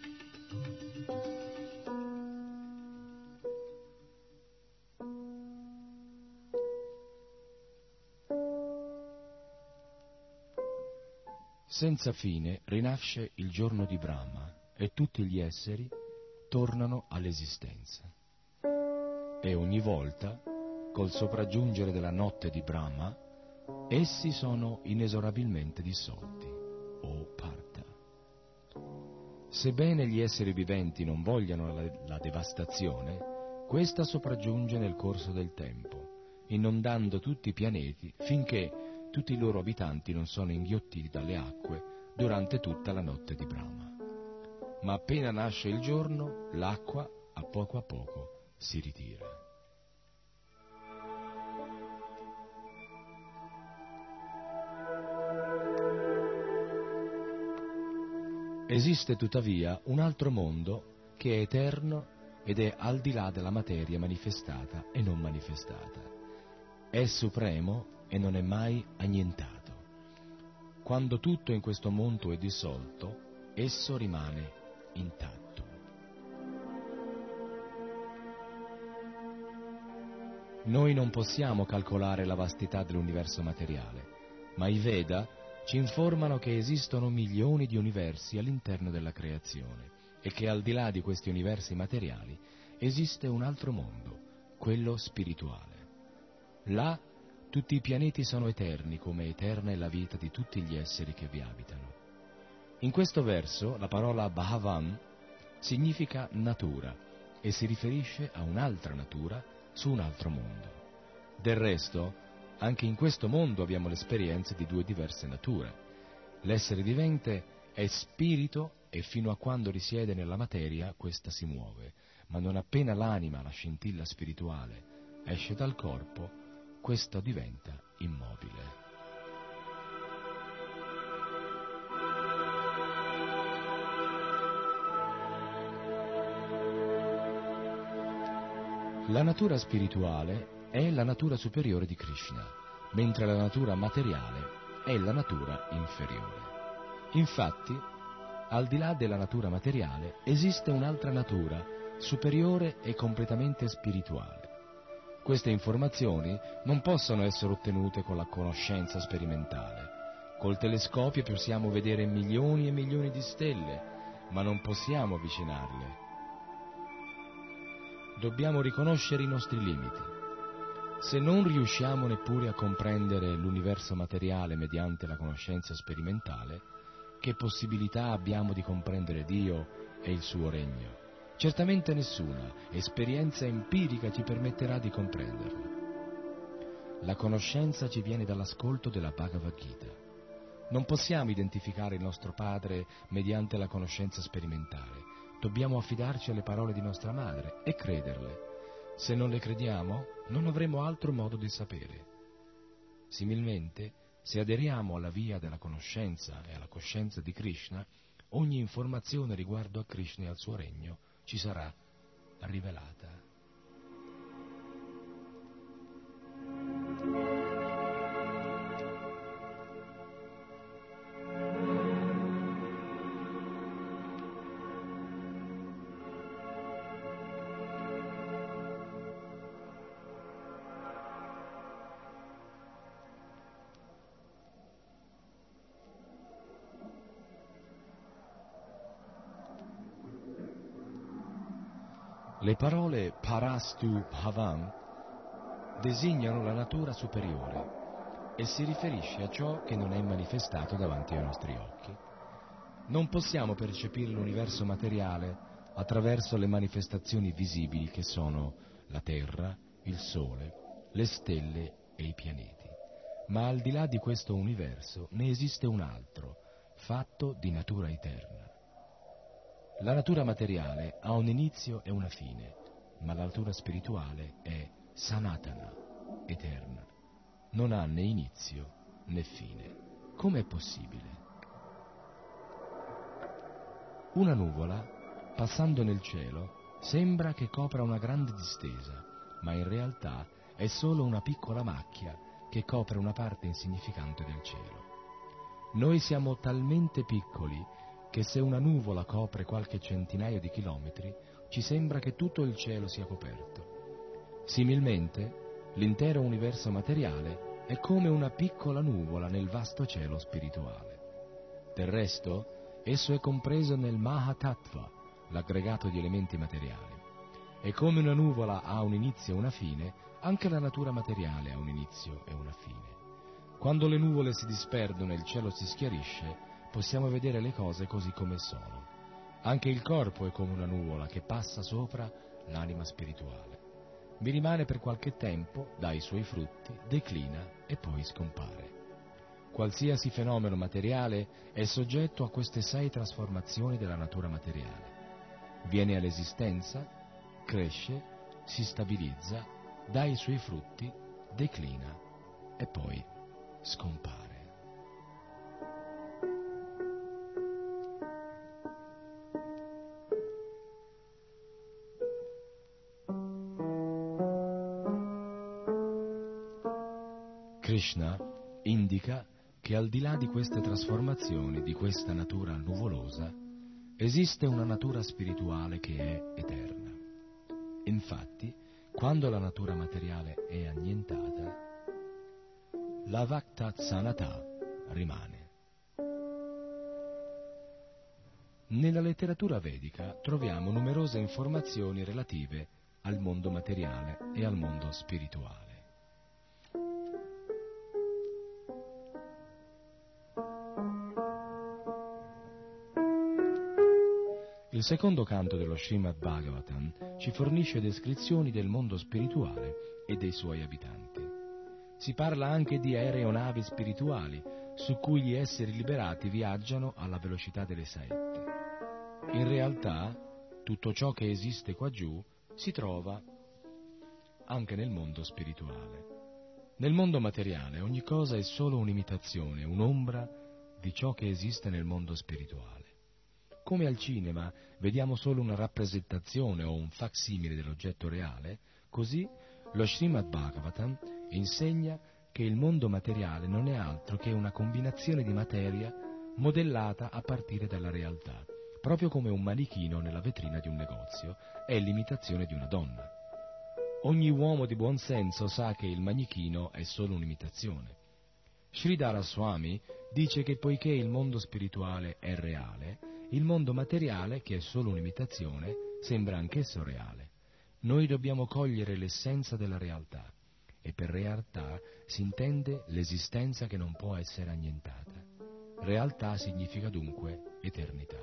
Senza fine rinasce il giorno di Brahma e tutti gli esseri tornano all'esistenza. E ogni volta, col sopraggiungere della notte di Brahma, essi sono inesorabilmente dissolti, o parta. Sebbene gli esseri viventi non vogliano la, la devastazione, questa sopraggiunge nel corso del tempo, inondando tutti i pianeti finché tutti i loro abitanti non sono inghiottiti dalle acque durante tutta la notte di Brahma. Ma appena nasce il giorno, l'acqua a poco a poco si ritira. Esiste tuttavia un altro mondo che è eterno ed è al di là della materia manifestata e non manifestata. È supremo e non è mai annientato. Quando tutto in questo mondo è dissolto, esso rimane intatto. Noi non possiamo calcolare la vastità dell'universo materiale, ma i Veda ci informano che esistono milioni di universi all'interno della creazione e che al di là di questi universi materiali esiste un altro mondo, quello spirituale. Là tutti i pianeti sono eterni, come eterna è la vita di tutti gli esseri che vi abitano. In questo verso la parola Bhagavan significa natura e si riferisce a un'altra natura su un altro mondo. Del resto, anche in questo mondo abbiamo l'esperienza di due diverse nature. L'essere vivente è spirito e fino a quando risiede nella materia questa si muove, ma non appena l'anima, la scintilla spirituale, esce dal corpo, questa diventa immobile. La natura spirituale è la natura superiore di Krishna, mentre la natura materiale è la natura inferiore. Infatti, al di là della natura materiale, esiste un'altra natura, superiore e completamente spirituale. Queste informazioni non possono essere ottenute con la conoscenza sperimentale. Col telescopio possiamo vedere milioni e milioni di stelle, ma non possiamo avvicinarle. Dobbiamo riconoscere i nostri limiti. Se non riusciamo neppure a comprendere l'universo materiale mediante la conoscenza sperimentale, che possibilità abbiamo di comprendere Dio e il suo regno? Certamente nessuna esperienza empirica ci permetterà di comprenderlo. La conoscenza ci viene dall'ascolto della Bhagavad Gita. Non possiamo identificare il nostro Padre mediante la conoscenza sperimentale. Dobbiamo affidarci alle parole di nostra madre e crederle. Se non le crediamo, non avremo altro modo di sapere. Similmente, se aderiamo alla via della conoscenza e alla coscienza di Krishna, ogni informazione riguardo a Krishna e al suo regno ci sarà rivelata. Le parole Parastu Bhavan designano la natura superiore e si riferisce a ciò che non è manifestato davanti ai nostri occhi. Non possiamo percepire l'universo materiale attraverso le manifestazioni visibili che sono la Terra, il Sole, le stelle e i pianeti. Ma al di là di questo universo ne esiste un altro, fatto di natura eterna. La natura materiale ha un inizio e una fine, ma la natura spirituale è Sanatana, eterna. Non ha né inizio né fine. Come è possibile? Una nuvola, passando nel cielo, sembra che copra una grande distesa, ma in realtà è solo una piccola macchia che copre una parte insignificante del cielo. Noi siamo talmente piccoli che se una nuvola copre qualche centinaio di chilometri, ci sembra che tutto il cielo sia coperto. Similmente, l'intero universo materiale è come una piccola nuvola nel vasto cielo spirituale. Del resto, esso è compreso nel Mahatattva, l'aggregato di elementi materiali. E come una nuvola ha un inizio e una fine, anche la natura materiale ha un inizio e una fine. Quando le nuvole si disperdono e il cielo si schiarisce, possiamo vedere le cose così come sono. Anche il corpo è come una nuvola che passa sopra l'anima spirituale. Vi rimane per qualche tempo, dà i suoi frutti, declina e poi scompare. Qualsiasi fenomeno materiale è soggetto a queste sei trasformazioni della natura materiale. Viene all'esistenza, cresce, si stabilizza, dà i suoi frutti, declina e poi scompare. Krishna indica che al di là di queste trasformazioni, di questa natura nuvolosa, esiste una natura spirituale che è eterna. Infatti, quando la natura materiale è annientata, la Vaktatsanata rimane. Nella letteratura vedica troviamo numerose informazioni relative al mondo materiale e al mondo spirituale. Il secondo canto dello Srimad Bhagavatam ci fornisce descrizioni del mondo spirituale e dei suoi abitanti. Si parla anche di aeronavi spirituali su cui gli esseri liberati viaggiano alla velocità delle saette. In realtà, tutto ciò che esiste qua giù si trova anche nel mondo spirituale. Nel mondo materiale ogni cosa è solo un'imitazione, un'ombra di ciò che esiste nel mondo spirituale. Come al cinema vediamo solo una rappresentazione o un facsimile dell'oggetto reale, così lo Srimad Bhagavatam insegna che il mondo materiale non è altro che una combinazione di materia modellata a partire dalla realtà, proprio come un manichino nella vetrina di un negozio è l'imitazione di una donna. Ogni uomo di buon senso sa che il manichino è solo un'imitazione. Sridhara Swami dice che poiché il mondo spirituale è reale, il mondo materiale, che è solo un'imitazione, sembra anch'esso reale. Noi dobbiamo cogliere l'essenza della realtà, e per realtà si intende l'esistenza che non può essere annientata. Realtà significa dunque eternità.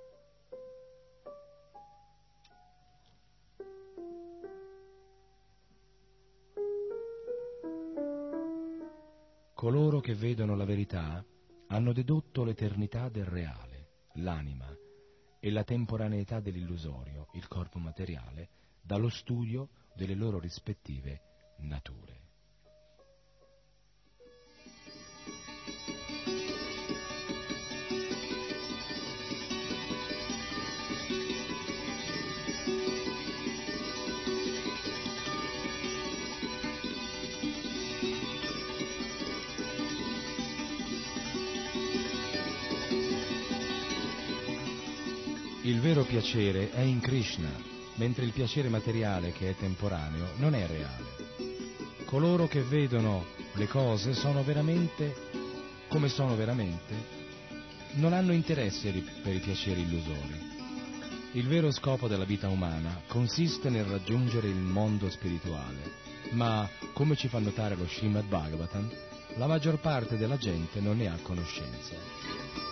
Coloro che vedono la verità hanno dedotto l'eternità del reale, l'anima, e la temporaneità dell'illusorio, il corpo materiale, dallo studio delle loro rispettive nature. Il vero piacere è in Krishna, mentre il piacere materiale, che è temporaneo, non è reale. Coloro che vedono le cose sono veramente come sono veramente, non hanno interesse per i piaceri illusori. Il vero scopo della vita umana consiste nel raggiungere il mondo spirituale, ma, come ci fa notare lo Srimad Bhagavatam, la maggior parte della gente non ne ha conoscenza.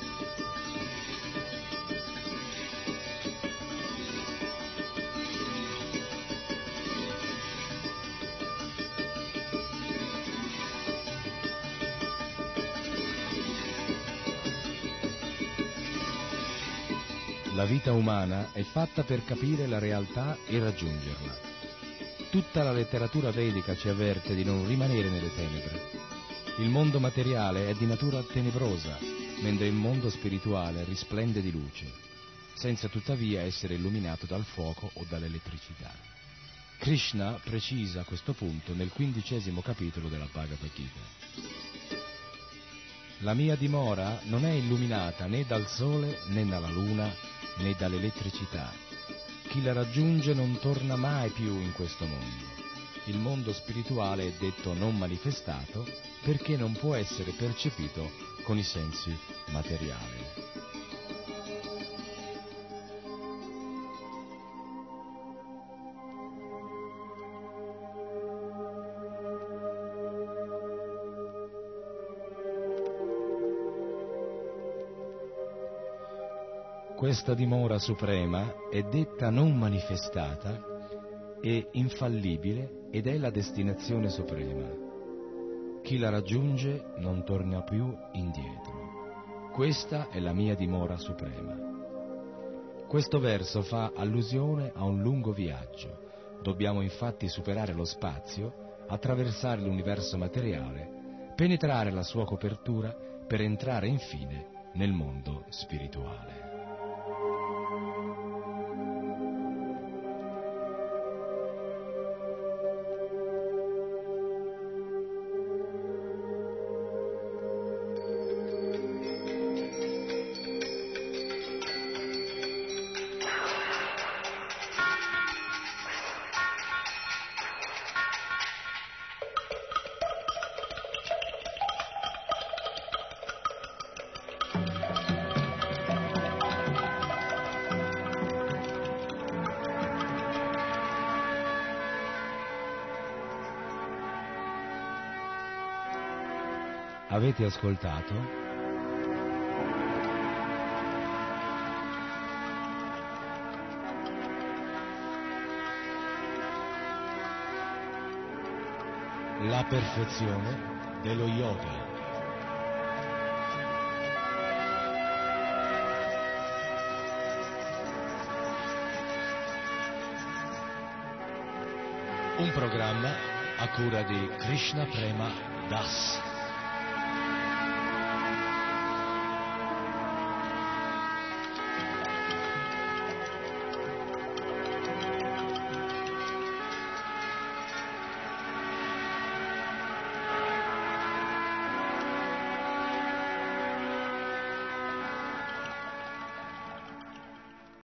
La vita umana è fatta per capire la realtà e raggiungerla. Tutta la letteratura vedica ci avverte di non rimanere nelle tenebre. Il mondo materiale è di natura tenebrosa, mentre il mondo spirituale risplende di luce, senza tuttavia essere illuminato dal fuoco o dall'elettricità. Krishna precisa questo punto nel quindicesimo capitolo della Bhagavad Gita. La mia dimora non è illuminata né dal sole né dalla luna né dall'elettricità. Chi la raggiunge non torna mai più in questo mondo. Il mondo spirituale è detto non manifestato perché non può essere percepito con i sensi materiali. Questa dimora suprema è detta non manifestata, è infallibile ed è la destinazione suprema. Chi la raggiunge non torna più indietro. Questa è la mia dimora suprema. Questo verso fa allusione a un lungo viaggio. Dobbiamo infatti superare lo spazio, attraversare l'universo materiale, penetrare la sua copertura per entrare infine nel mondo spirituale. Avete ascoltato? La perfezione dello yoga. Un programma a cura di Krishna Prema Das.